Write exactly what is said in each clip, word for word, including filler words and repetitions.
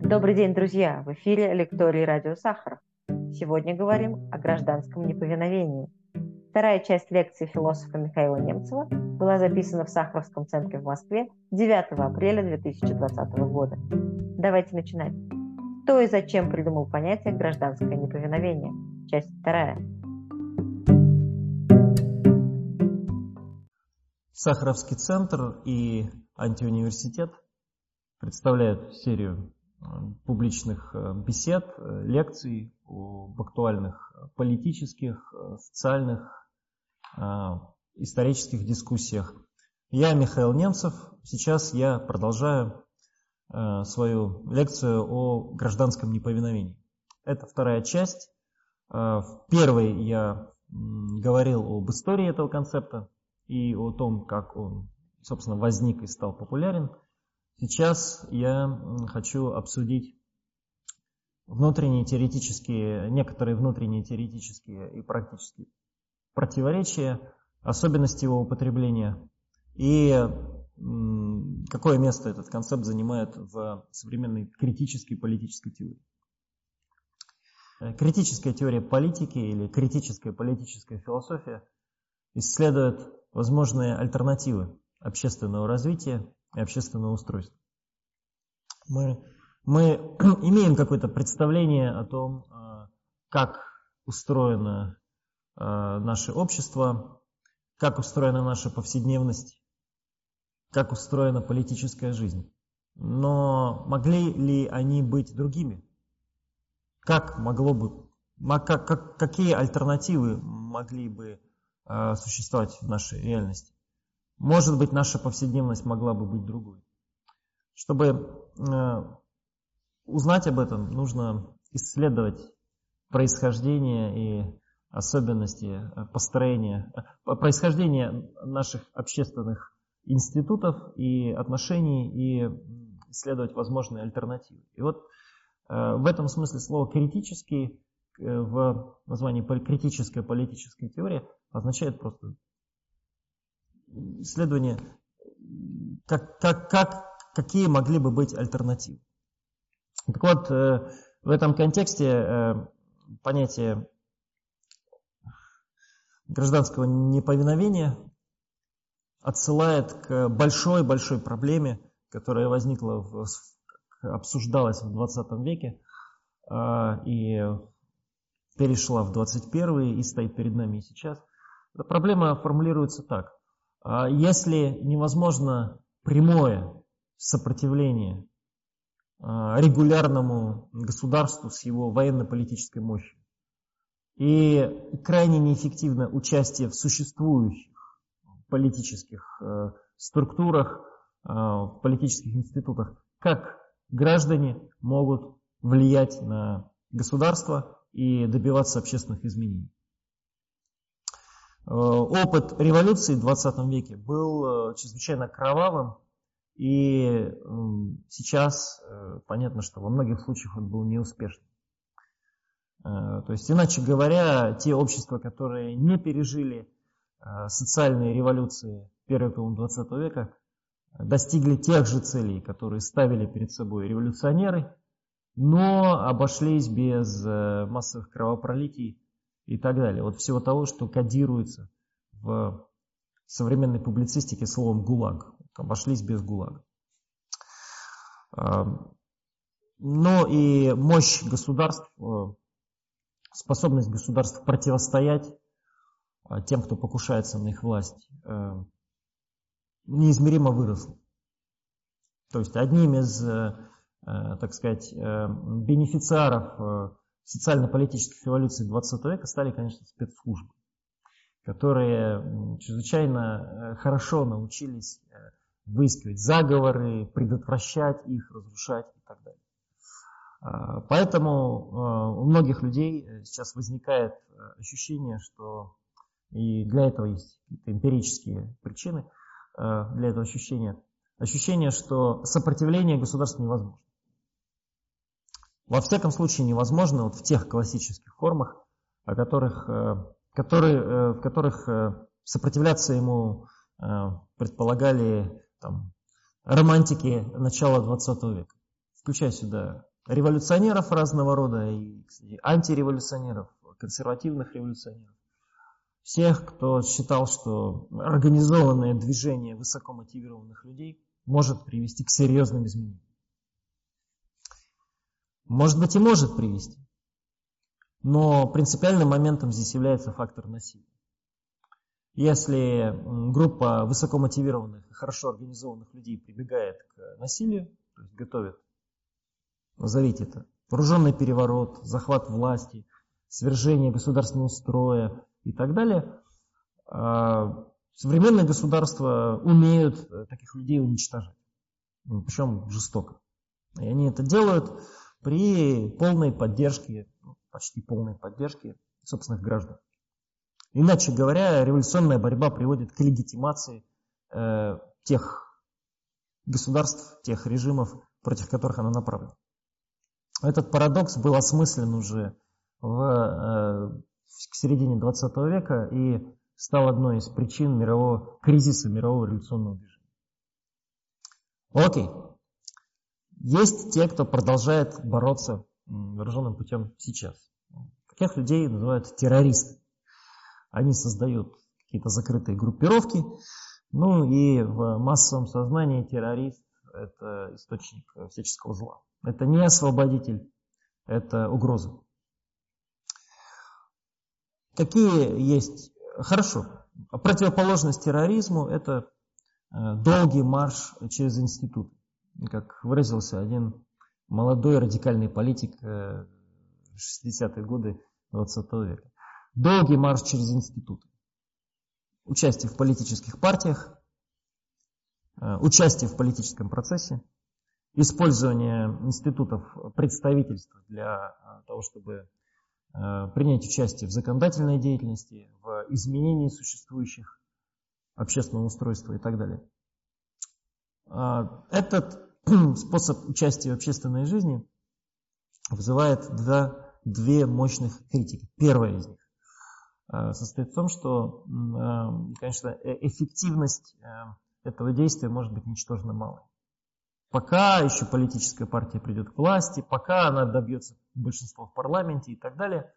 Добрый день, друзья! В эфире лекторий радио Сахаров. Сегодня говорим о гражданском неповиновении. Вторая часть лекции философа Михаила Немцева была записана в Сахаровском центре в Москве девятого апреля две тысячи двадцатого года. Давайте начинать. Кто и зачем придумал понятие гражданское неповиновение? Часть вторая. Сахаровский центр и антиуниверситет представляют серию публичных бесед, лекций об актуальных политических, социальных, исторических дискуссиях. Я Михаил Немцев. Сейчас я продолжаю свою лекцию о гражданском неповиновении. Это вторая часть. В первой я говорил об истории этого концепта и о том, как он, собственно, возник и стал популярен. Сейчас я хочу обсудить внутренние теоретические, некоторые внутренние теоретические и практические противоречия, особенности его употребления и какое место этот концепт занимает в современной критической политической теории. Критическая теория политики или критическая политическая философия исследует возможные альтернативы общественного развития и общественного устройства. Мы, мы имеем какое-то представление о том, как устроено наше общество, как устроена наша повседневность, как устроена политическая жизнь. Но могли ли они быть другими? Как могло бы, как, как, какие альтернативы могли бы существовать в нашей реальности? Может быть, наша повседневность могла бы быть другой. Чтобы э, узнать об этом, нужно исследовать происхождение и особенности построения, происхождение наших общественных институтов и отношений, и исследовать возможные альтернативы. И вот э, в этом смысле слово «критический» э, в названии «критическая политическая теория» означает просто исследование, как, как, как, какие могли бы быть альтернативы. Так вот, в этом контексте понятие гражданского неповиновения отсылает к большой-большой проблеме, которая возникла, в, обсуждалась в двадцатом веке и перешла в двадцать первый и стоит перед нами и сейчас. Эта проблема формулируется так. Если невозможно прямое сопротивление регулярному государству с его военно-политической мощью и крайне неэффективно участие в существующих политических структурах, в политических институтах, как граждане могут влиять на государство и добиваться общественных изменений? Опыт революции в двадцатом веке был чрезвычайно кровавым, и сейчас понятно, что во многих случаях он был неуспешным. То есть, иначе говоря, те общества, которые не пережили социальные революции первой половины двадцатого века, достигли тех же целей, которые ставили перед собой революционеры, но обошлись без массовых кровопролитий и так далее. Вот всего того, что кодируется в современной публицистике словом «гулаг». Обошлись без ГУЛАГа. Но и мощь государств, способность государств противостоять тем, кто покушается на их власть, неизмеримо выросла. То есть одним из, так сказать, бенефициаров социально-политических революций двадцатого века стали, конечно, спецслужбы, которые чрезвычайно хорошо научились выискивать заговоры, предотвращать их, разрушать и так далее. Поэтому у многих людей сейчас возникает ощущение, что и для этого есть эмпирические причины для этого ощущения, ощущение, что сопротивление государству невозможно. Во всяком случае невозможно вот в тех классических формах, о которых, которые, в которых сопротивляться ему предполагали там, романтики начала двадцатого века, включая сюда революционеров разного рода, и, кстати, антиреволюционеров, консервативных революционеров. Всех, кто считал, что организованное движение высокомотивированных людей может привести к серьезным изменениям. Может быть, и может привести. Но принципиальным моментом здесь является фактор насилия. Если группа высокомотивированных и хорошо организованных людей прибегает к насилию, то есть готовит, назовите это, вооруженный переворот, захват власти, свержение государственного строя и так далее, современные государства умеют таких людей уничтожать, причем жестоко. И они это делают при полной поддержке, почти полной поддержке собственных граждан. Иначе говоря, революционная борьба приводит к легитимации э, тех государств, тех режимов, против которых она направлена. Этот парадокс был осмыслен уже в, э, к середине двадцатого века и стал одной из причин мирового кризиса, мирового революционного движения. Окей. Есть те, кто продолжает бороться вооруженным путем сейчас. Таких людей называют террористы. Они создают какие-то закрытые группировки. Ну и в массовом сознании террорист – это источник всяческого зла. Это не освободитель, это угроза. Какие есть? Хорошо. Противоположность терроризму – это долгий марш через институт. Как выразился один молодой радикальный политик в шестидесятые годы двадцатого века. Долгий марш через институты. Участие в политических партиях, участие в политическом процессе, использование институтов представительства для того, чтобы принять участие в законодательной деятельности, в изменении существующих общественного устройства и так далее. Этот способ участия в общественной жизни вызывает два, две мощных критики. Первая из них состоит в том, что, конечно, эффективность этого действия может быть ничтожно малой. Пока еще политическая партия придет к власти, пока она добьется большинства в парламенте и так далее,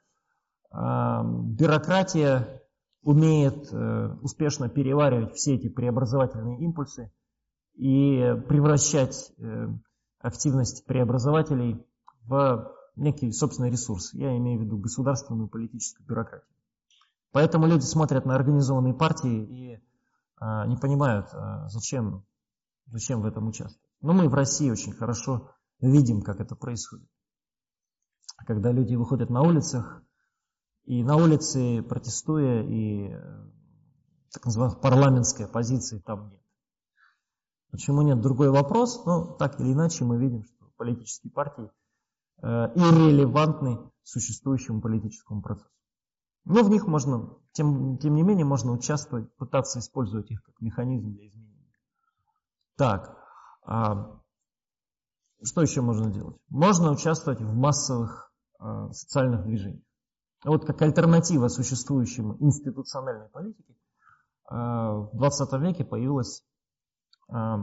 бюрократия умеет успешно переваривать все эти преобразовательные импульсы и превращать активность преобразователей в некий собственный ресурс. Я имею в виду государственную политическую бюрократию. Поэтому люди смотрят на организованные партии и а, не понимают, а, зачем, зачем в этом участвовать. Но мы в России очень хорошо видим, как это происходит. Когда люди выходят на улицах, и на улице протестуя, и так называемой парламентской оппозиции там нет. Почему нет? Другой вопрос, но так или иначе мы видим, что политические партии э, иррелевантны существующему политическому процессу. Но в них можно, тем, тем не менее, можно участвовать, пытаться использовать их как механизм для изменения. Так, а что еще можно делать? Можно участвовать в массовых а, социальных движениях. Вот как альтернатива существующему институциональной политике а, в двадцатом веке появилась а,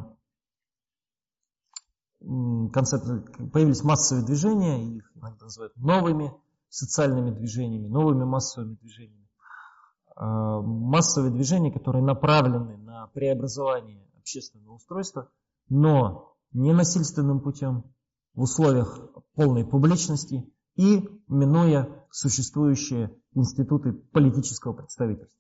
концепт, появились массовые движения, их иногда называют новыми социальными движениями, новыми массовыми движениями. Массовые движения, которые направлены на преобразование общественного устройства, но не насильственным путем, в условиях полной публичности и минуя существующие институты политического представительства.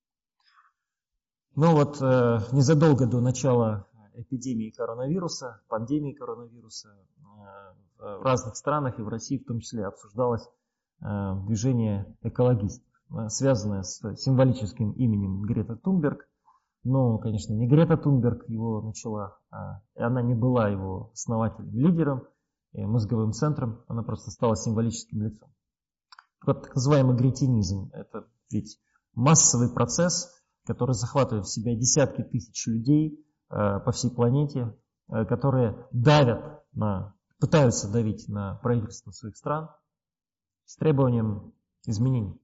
Но вот незадолго до начала эпидемии коронавируса, пандемии коронавируса, в разных странах и в России в том числе обсуждалось движение экологистов, связанное с символическим именем Грета Тунберг. Но, конечно, не Грета Тунберг его начала, а она не была его основателем, лидером, мозговым центром, она просто стала символическим лицом. Вот так называемый гретинизм – это ведь массовый процесс, который захватывает в себя десятки тысяч людей по всей планете, которые давят на, пытаются давить на правительство своих стран с требованием изменений.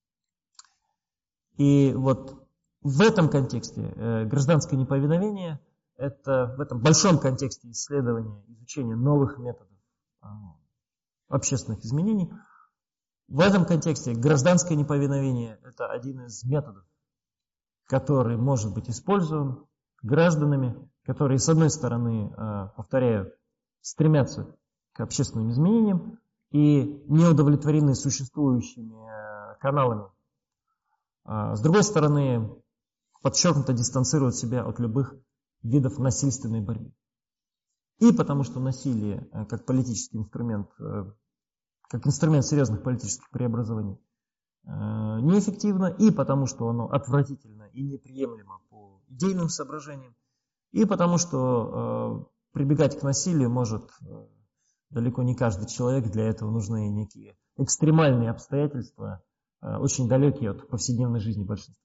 И вот в этом контексте э, гражданское неповиновение, это в этом большом контексте исследования, изучения новых методов э, общественных изменений. В этом контексте гражданское неповиновение – это один из методов, который может быть использован гражданами, которые, с одной стороны, повторяю, стремятся к общественным изменениям и не удовлетворены существующими каналами. С другой стороны, подчеркнуто дистанцируют себя от любых видов насильственной борьбы. И потому что насилие как политический инструмент, как инструмент серьезных политических преобразований неэффективно, и потому что оно отвратительно и неприемлемо по идейным соображениям, и потому что прибегать к насилию может далеко не каждый человек, для этого нужны некие экстремальные обстоятельства, очень далекие от повседневной жизни большинства.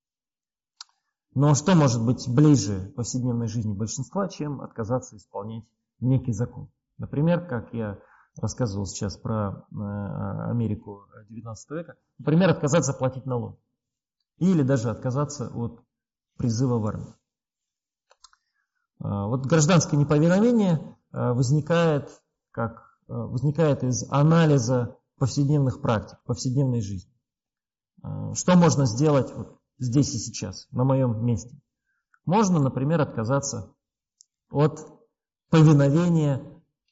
Но что может быть ближе повседневной жизни большинства, чем отказаться исполнять некий закон? Например, как я рассказывал сейчас про Америку девятнадцатого века, например, отказаться платить налоги. Или даже отказаться от призыва в армию. Вот гражданское неповиновение возникает, как, возникает из анализа повседневных практик, повседневной жизни. Что можно сделать вот здесь и сейчас, на моем месте? Можно, например, отказаться от повиновения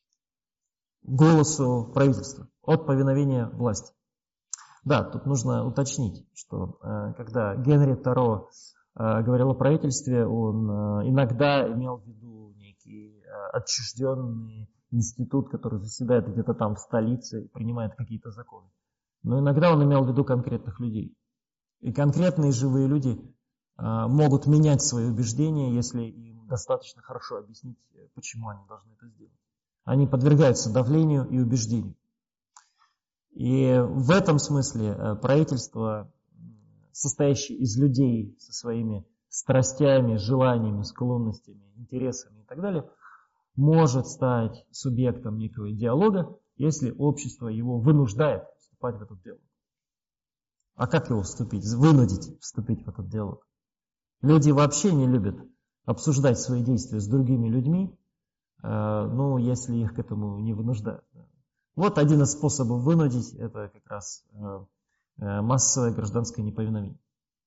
голосу правительства, от повиновения власти. Да, тут нужно уточнить, что э, когда Генри Таро э, говорил о правительстве, он э, иногда имел в виду некий э, отчужденный институт, который заседает где-то там в столице и принимает какие-то законы. Но иногда он имел в виду конкретных людей. И конкретные живые люди э, могут менять свои убеждения, если им достаточно хорошо объяснить, почему они должны это сделать. Они подвергаются давлению и убеждению. И в этом смысле правительство, состоящее из людей со своими страстями, желаниями, склонностями, интересами и так далее, может стать субъектом некого диалога, если общество его вынуждает вступать в этот диалог. А как его вступить? Вынудить вступить в этот диалог. Люди вообще не любят обсуждать свои действия с другими людьми, ну, если их к этому не вынуждают. Вот один из способов вынудить – это как раз массовое гражданское неповиновение.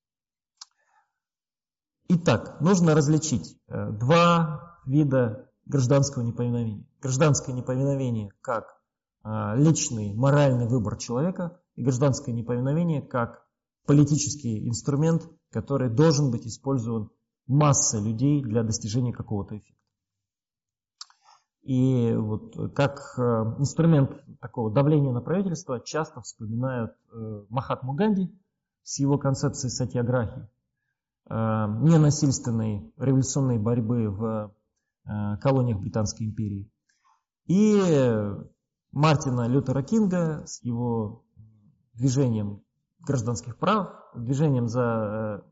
Итак, нужно различить два вида гражданского неповиновения. Гражданское неповиновение как личный моральный выбор человека и гражданское неповиновение как политический инструмент, который должен быть использован массой людей для достижения какого-то эффекта. И вот как инструмент такого давления на правительство часто вспоминают Махатму Ганди с его концепцией сатьяграхи, ненасильственной революционной борьбы в колониях Британской империи, и Мартина Лютера Кинга с его движением гражданских прав, движением за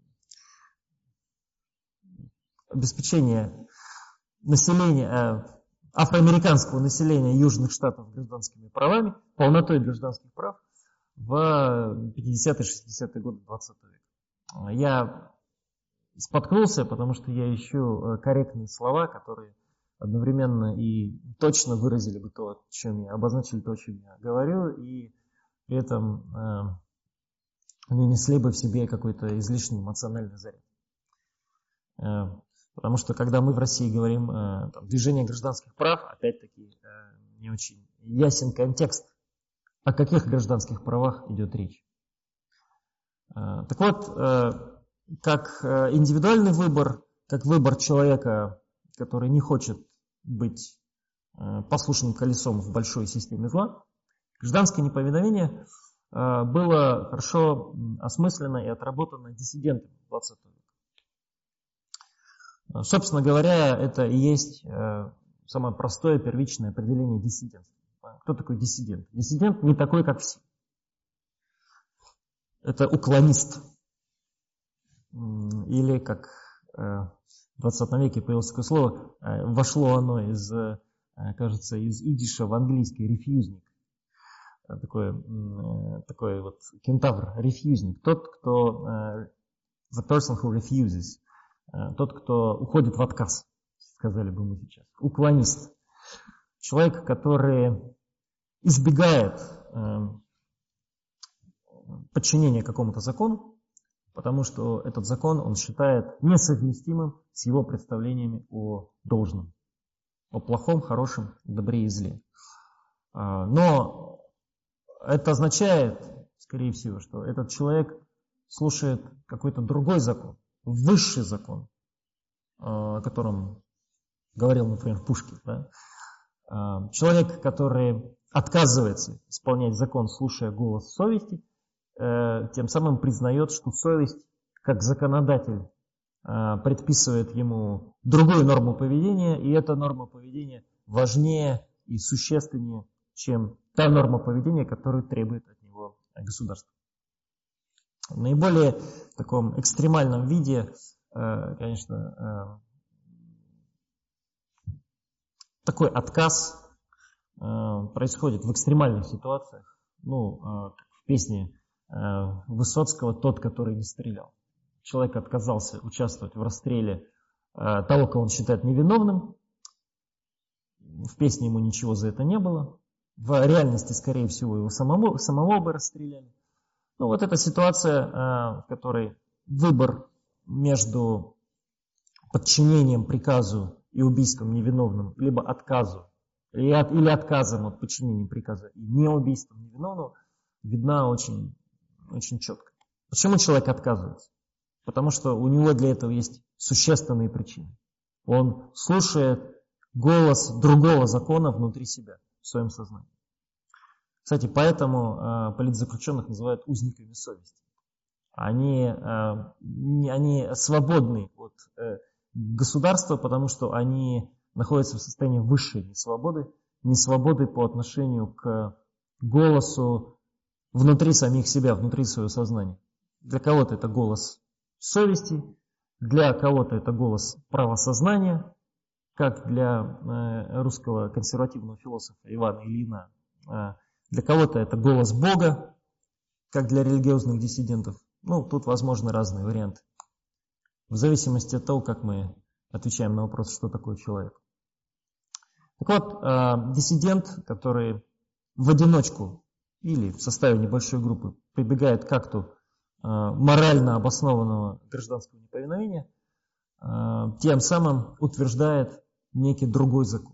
обеспечение населения, афроамериканского населения Южных Штатов гражданскими правами, полнотой гражданских прав в пятидесятые-шестидесятые годы двадцатого века. Я споткнулся, потому что я ищу корректные слова, которые одновременно и точно выразили бы то, о чем я, обозначили то, о чем я говорю, и при этом э, нанесли бы в себе какой-то излишний эмоциональный заряд. Э, Потому что, когда мы в России говорим э, там, движение гражданских прав, опять-таки э, не очень ясен контекст, о каких гражданских правах идет речь. Э, так вот, э, как индивидуальный выбор, как выбор человека, который не хочет быть э, послушным колесом в большой системе зла, гражданское неповиновение э, было хорошо осмысленно и отработано диссидентами двадцатого века. Собственно говоря, это и есть э, самое простое первичное определение диссидентства. Кто такой диссидент? Диссидент не такой, как все. Это уклонист. Или, как э, в двадцатом веке появилось такое слово, э, вошло оно из, э, кажется, из идиша в английский, рефьюзник. Такой, э, такой вот кентавр, рефьюзник. Тот, кто... Э, the person who refuses. Тот, кто уходит в отказ, сказали бы мы сейчас. Уклонист. Человек, который избегает подчинения какому-то закону, потому что этот закон он считает несовместимым с его представлениями о должном, о плохом, хорошем, добре и зле. Но это означает, скорее всего, что этот человек слушает какой-то другой закон, высший закон, о котором говорил, например, Пушкин. Да? Человек, который отказывается исполнять закон, слушая голос совести, тем самым признает, что совесть, как законодатель, предписывает ему другую норму поведения, и эта норма поведения важнее и существеннее, чем та норма поведения, которую требует от него государство. В наиболее таком экстремальном виде, конечно, такой отказ происходит в экстремальных ситуациях. Ну, в песне Высоцкого «Тот, который не стрелял». Человек отказался участвовать в расстреле того, кого он считает невиновным. В песне ему ничего за это не было. В реальности, скорее всего, его самого, самого бы расстреляли. Ну, вот эта ситуация, в которой выбор между подчинением приказу и убийством невиновным, либо отказу, или, от, или отказом от подчинения приказа и не убийством невиновного, видна очень, очень четко. Почему человек отказывается? Потому что у него для этого есть существенные причины. Он слушает голос другого закона внутри себя, в своем сознании. Кстати, поэтому э, политзаключенных называют узниками совести. Они, э, не, они свободны от э, государства, потому что они находятся в состоянии высшей несвободы, несвободы по отношению к голосу внутри самих себя, внутри своего сознания. Для кого-то это голос совести, для кого-то это голос правосознания, как для э, русского консервативного философа Ивана Ильина. Э, для кого-то это голос Бога, как для религиозных диссидентов. Ну, тут возможны разные варианты. В зависимости от того, как мы отвечаем на вопрос, что такое человек. Так вот, э, диссидент, который в одиночку или в составе небольшой группы прибегает к акту э, морально обоснованного гражданского неповиновения, э, тем самым утверждает некий другой закон.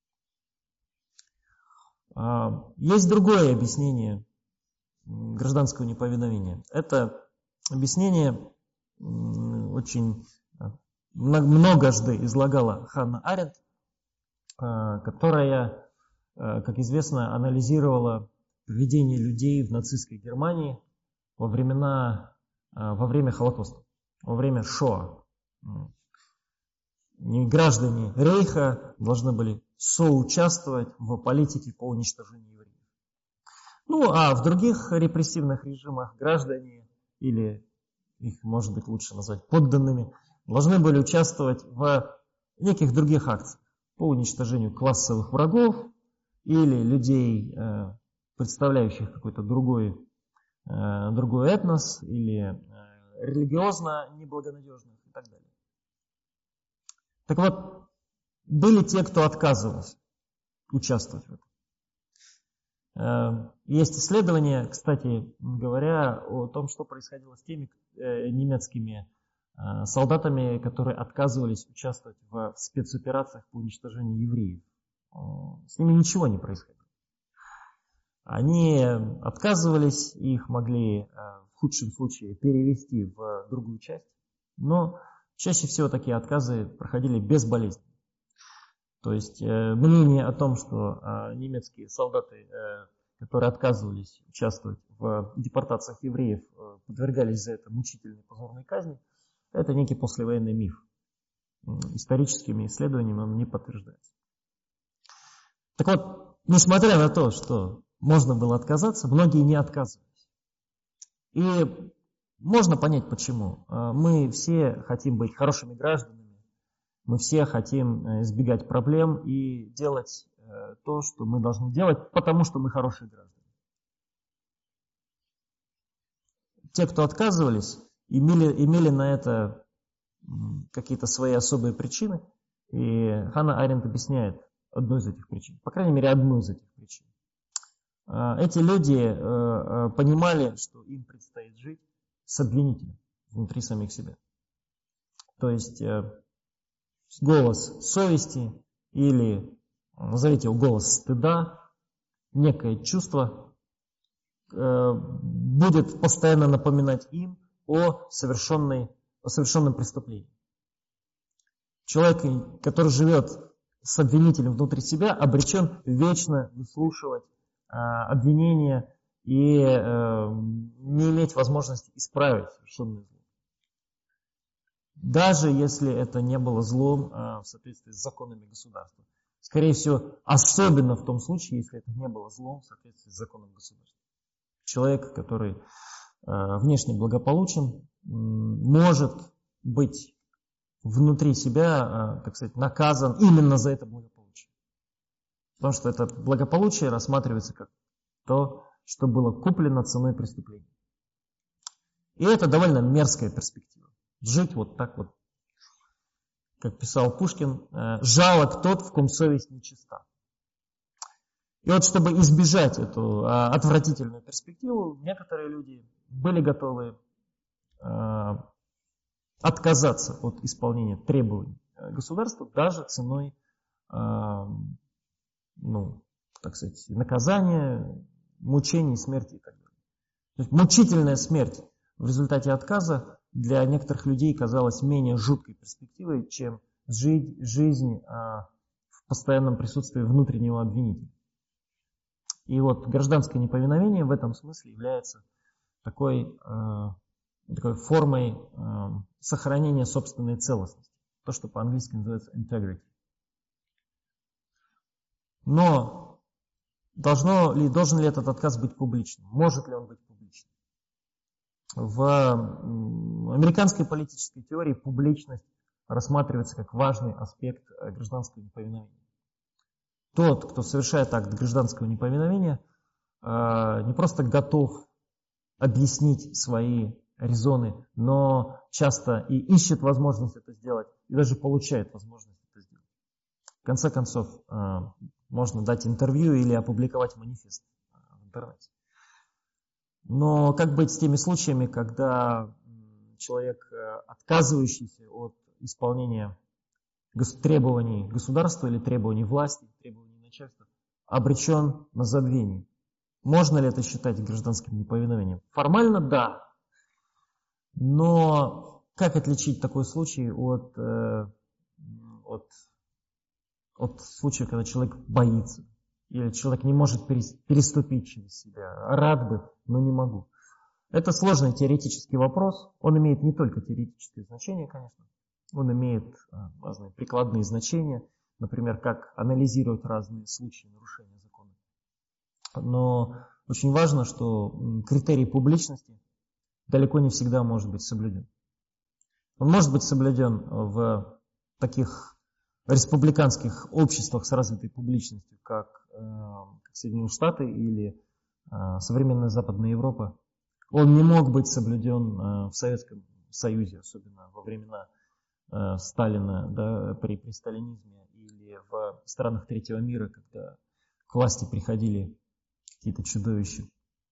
Есть другое объяснение гражданского неповиновения. Это объяснение очень многожды излагала Ханна Аренд, которая, как известно, анализировала поведение людей в нацистской Германии во времена, во время Холокоста, во время Шоа. Граждане Рейха должны были соучаствовать в политике по уничтожению евреев. Ну, а в других репрессивных режимах граждане, или их, может быть, лучше назвать подданными, должны были участвовать в неких других акциях по уничтожению классовых врагов или людей, представляющих какой-то другой, другой этнос, или религиозно неблагонадежных и так далее. Так вот, были те, кто отказывался участвовать в этом. Есть исследования, кстати говоря, о том, что происходило с теми немецкими солдатами, которые отказывались участвовать в спецоперациях по уничтожению евреев. С ними ничего не происходило. Они отказывались, их могли в худшем случае перевести в другую часть, но чаще всего такие отказы проходили безболезненно. То есть э, мнение о том, что э, немецкие солдаты, э, которые отказывались участвовать в депортациях евреев, э, подвергались за это мучительной позорной казни, это некий послевоенный миф. Историческими исследованиями он не подтверждается. Так вот, несмотря на то, что можно было отказаться, многие не отказывались. И можно понять, почему. Мы все хотим быть хорошими гражданами, мы все хотим избегать проблем и делать то, что мы должны делать, потому что мы хорошие граждане. Те, кто отказывались, имели, имели на это какие-то свои особые причины, и Ханна Аренд объясняет одну из этих причин, по крайней мере, одну из этих причин. эти люди понимали, что им предстоит жить с обвинителем внутри самих себя. То есть голос совести или, назовите его, голос стыда, некое чувство будет постоянно напоминать им о, совершенной, о совершенном преступлении. Человек, который живет с обвинителем внутри себя, обречен вечно выслушивать э, обвинения и э, не иметь возможности исправить совершенное зло. Даже если это не было злом э, в соответствии с законами государства. Скорее всего, особенно в том случае, если это не было злом в соответствии с законом государства. Человек, который э, внешне благополучен, может быть внутри себя, так сказать, наказан именно за это благополучие. Потому что это благополучие рассматривается как то, что было куплено ценой преступления. И это довольно мерзкая перспектива. Жить вот так вот, как писал Пушкин, жалок тот, в ком совесть нечиста. И вот чтобы избежать эту отвратительную перспективу, некоторые люди были готовы отказаться от исполнения требований государства даже ценой, э, ну, так сказать, наказания, мучений, смерти и так далее. То есть мучительная смерть в результате отказа для некоторых людей казалась менее жуткой перспективой, чем жить жизнь э, в постоянном присутствии внутреннего обвинителя. И вот гражданское неповиновение в этом смысле является такой... Э, такой формой э, сохранения собственной целостности. То, что по-английски называется integrity. Но должно ли, должен ли этот отказ быть публичным? Может ли он быть публичным? В э, американской политической теории публичность рассматривается как важный аспект гражданского неповиновения. Тот, кто совершает акт гражданского неповиновения, э, не просто готов объяснить свои резоны, но часто и ищет возможность это сделать, и даже получает возможность это сделать. В конце концов, можно дать интервью или опубликовать манифест в интернете. Но как быть с теми случаями, когда человек, отказывающийся от исполнения требований государства или требований власти, требований начальства, обречен на забвение? Можно ли это считать гражданским неповиновением? Формально да. Но как отличить такой случай от, э, от, от случая, когда человек боится? Или человек не может переступить через себя? Рад бы, но не могу. Это сложный теоретический вопрос. Он имеет не только теоретическое значение, конечно. Он имеет разные прикладные значения. Например, как анализировать разные случаи нарушения закона. Но очень важно, что критерий публичности далеко не всегда может быть соблюден. Он может быть соблюден в таких республиканских обществах с развитой публичностью, как, как Соединенные Штаты или современная Западная Европа. Он не мог быть соблюден в Советском Союзе, особенно во времена Сталина, да, при, при сталинизме, или в странах третьего мира, когда к власти приходили какие-то чудовища.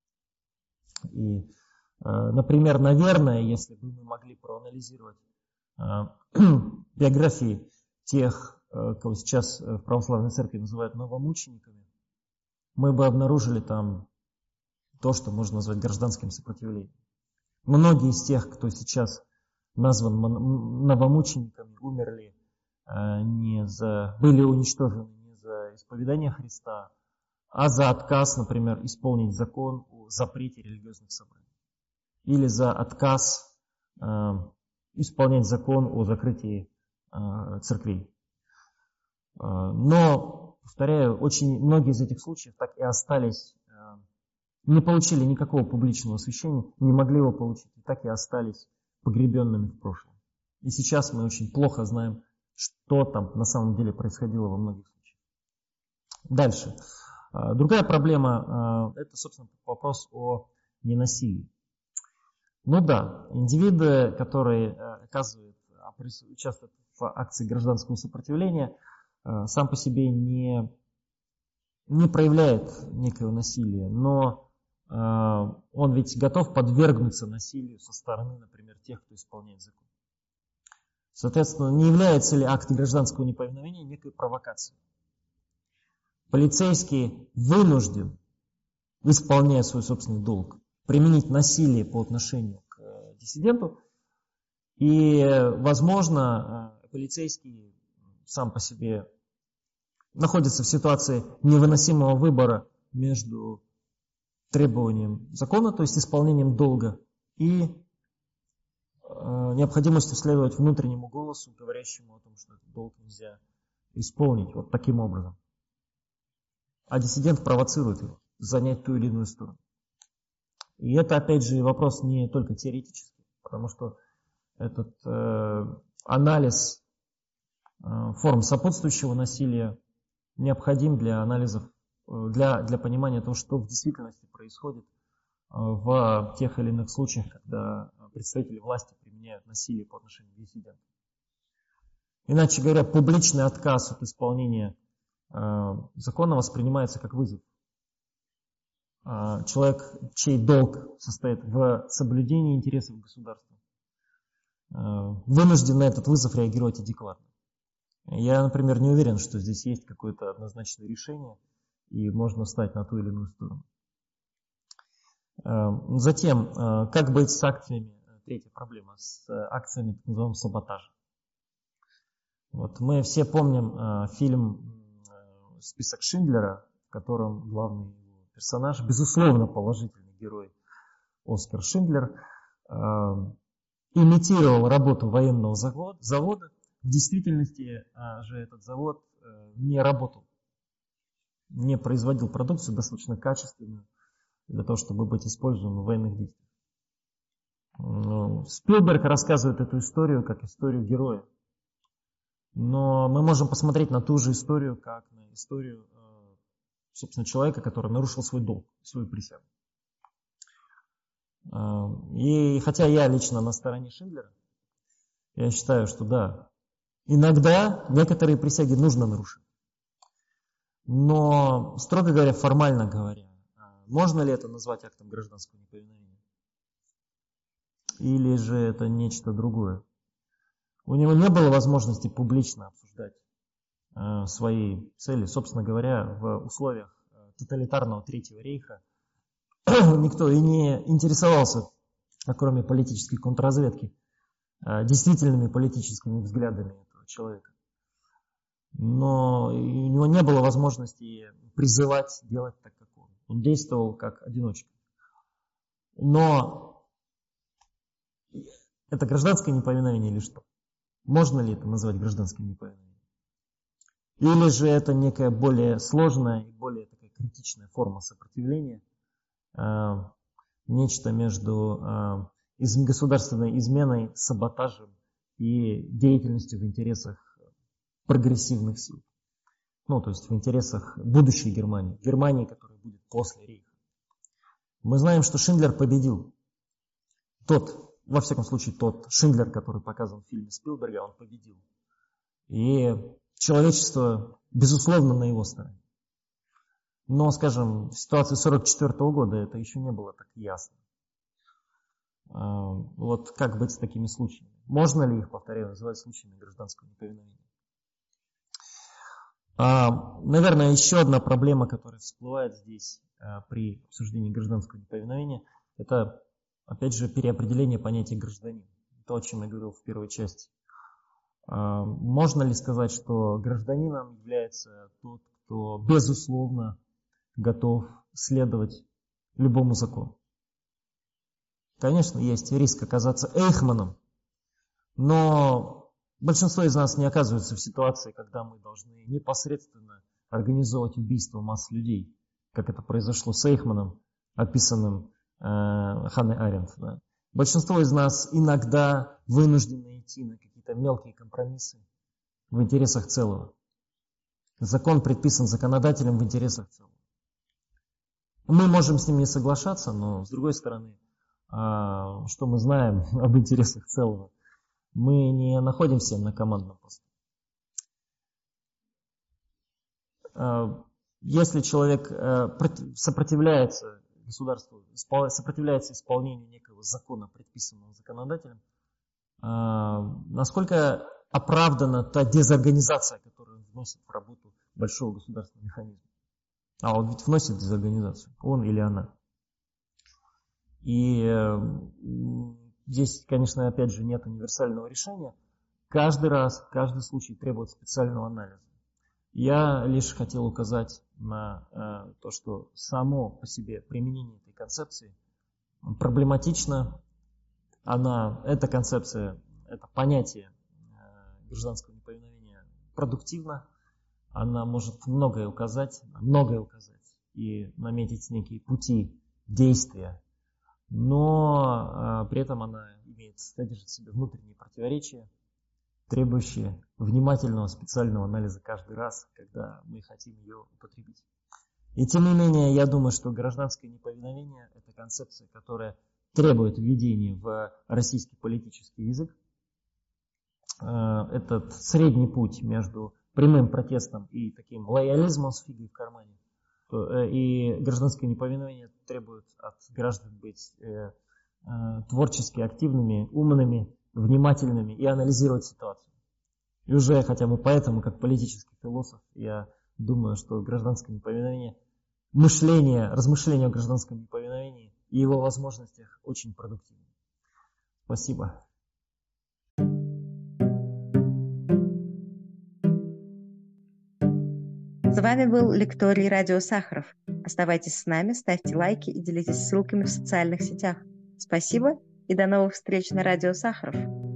И например, наверное, если бы мы могли проанализировать э, биографии тех, э, кого сейчас в православной церкви называют новомучениками, мы бы обнаружили там то, что можно назвать гражданским сопротивлением. Многие из тех, кто сейчас назван новомучениками, умерли э, не за, были уничтожены не за исповедание Христа, а за отказ, например, исполнить закон о запрете религиозных собраний. Или за отказ э, исполнять закон о закрытии э, церквей. Э, но, повторяю, очень многие из этих случаев так и остались, э, не получили никакого публичного освящения, не могли его получить, и так и остались погребенными в прошлом. И сейчас мы очень плохо знаем, что там на самом деле происходило во многих случаях. Дальше. Э, другая проблема, э, это, собственно, вопрос о ненасилии. Ну да, индивиды, которые оказывают, участвуют в акции гражданского сопротивления, сам по себе не, не проявляет некое насилие, но э, он ведь готов подвергнуться насилию со стороны, например, тех, кто исполняет закон. Соответственно, не является ли акт гражданского неповиновения некой провокацией? Полицейский вынужден, исполняя свой собственный долг, применить насилие по отношению к диссиденту, и, возможно, полицейский сам по себе находится в ситуации невыносимого выбора между требованием закона, то есть исполнением долга, и э, необходимостью следовать внутреннему голосу, говорящему о том, что этот долг нельзя исполнить вот таким образом. А диссидент провоцирует его занять ту или иную сторону. И это, опять же, вопрос не только теоретический, потому что этот э, анализ э, форм сопутствующего насилия необходим для анализов, для, для понимания того, что в действительности происходит в тех или иных случаях, когда представители власти применяют насилие по отношению к диссидентам. Иначе говоря, публичный отказ от исполнения закона воспринимается как вызов. Человек, чей долг состоит в соблюдении интересов государства, вынужден на этот вызов реагировать адекватно. Я, например, не уверен, что здесь есть какое-то однозначное решение, и можно встать на ту или иную сторону. Затем, как быть с акциями, третья проблема, с акциями так называемого саботажа. Вот мы все помним фильм «Список Шиндлера», в котором главный персонаж, безусловно положительный герой Оскар Шиндлер, имитировал работу военного завода. В действительности же этот завод не работал, не производил продукцию достаточно качественную для того, чтобы быть использованным в военных действиях. Спилберг рассказывает эту историю как историю героя. Но мы можем посмотреть на ту же историю, как на историю, собственно, человека, который нарушил свой долг, свою присягу. И хотя я лично на стороне Шиндлера, я считаю, что да, иногда некоторые присяги нужно нарушить. Но, строго говоря, формально говоря, можно ли это назвать актом гражданского неповиновения? Или же это нечто другое? У него не было возможности публично обсуждать свои цели. Собственно говоря, в условиях тоталитарного Третьего рейха никто и не интересовался, кроме политической контрразведки, действительными политическими взглядами этого человека. Но у него не было возможности призывать делать так, как он. Он действовал как одиночка. Но это гражданское неповиновение или что? Можно ли это назвать гражданским неповиновением? Или же это некая более сложная и более такая критичная форма сопротивления, нечто между государственной изменой, саботажем и деятельностью в интересах прогрессивных сил. Ну, то есть в интересах будущей Германии. Германии, которая будет после рейха. Мы знаем, что Шиндлер победил. Тот, во всяком случае, тот Шиндлер, который показан в фильме Спилберга, он победил. И человечество, безусловно, на его стороне. Но, скажем, в ситуации сорок четвёртого года это еще не было так ясно. Вот как быть с такими случаями? Можно ли их, повторяю, называть случаями гражданского неповиновения? Наверное, еще одна проблема, которая всплывает здесь при обсуждении гражданского неповиновения, это, опять же, переопределение понятия гражданин. То, о чем я говорил в первой части. Можно ли сказать, что гражданином является тот, кто, безусловно, готов следовать любому закону? Конечно, есть риск оказаться эйхманом, но большинство из нас не оказывается в ситуации, когда мы должны непосредственно организовывать убийство масс людей, как это произошло с Эйхманом, описанным э, Ханной Аренд. Да. Большинство из нас иногда вынуждены идти на какие-то мелкие компромиссы в интересах целого. Закон предписан законодателем в интересах целого. Мы можем с ним не соглашаться, но с другой стороны, что мы знаем об интересах целого? Мы не находимся на командном посту. если человек сопротивляется государству, сопротивляется исполнению некого закона, предписанного законодателем, насколько оправдана та дезорганизация, которую он вносит в работу большого государственного механизма. А он ведь вносит дезорганизацию, он или она. И здесь, конечно, опять же, нет универсального решения. Каждый раз, каждый случай требует специального анализа. Я лишь хотел указать на э, то, что само по себе применение этой концепции проблематично. Она, эта концепция, это понятие э, гражданского неповиновения продуктивно. Она может многое указать, многое указать и наметить некие пути действия. Но э, при этом она имеет, содержит в себе внутренние противоречия, требующие внимательного специального анализа каждый раз, когда мы хотим ее употребить. И тем не менее, я думаю, что гражданское неповиновение – это концепция, которая требует введения в российский политический язык. Этот средний путь между прямым протестом и таким лоялизмом с фигой в кармане. И гражданское неповиновение требует от граждан быть творчески активными, умными, внимательными и анализировать ситуацию. И уже хотя бы поэтому, как политический философ, я думаю, что гражданское неповиновение, мышление, размышление о гражданском неповиновении и его возможностях очень продуктивно. Спасибо. С вами был лекторий Радио Сахаров. Оставайтесь с нами, ставьте лайки и делитесь ссылками в социальных сетях. Спасибо и до новых встреч на Радио Сахаров.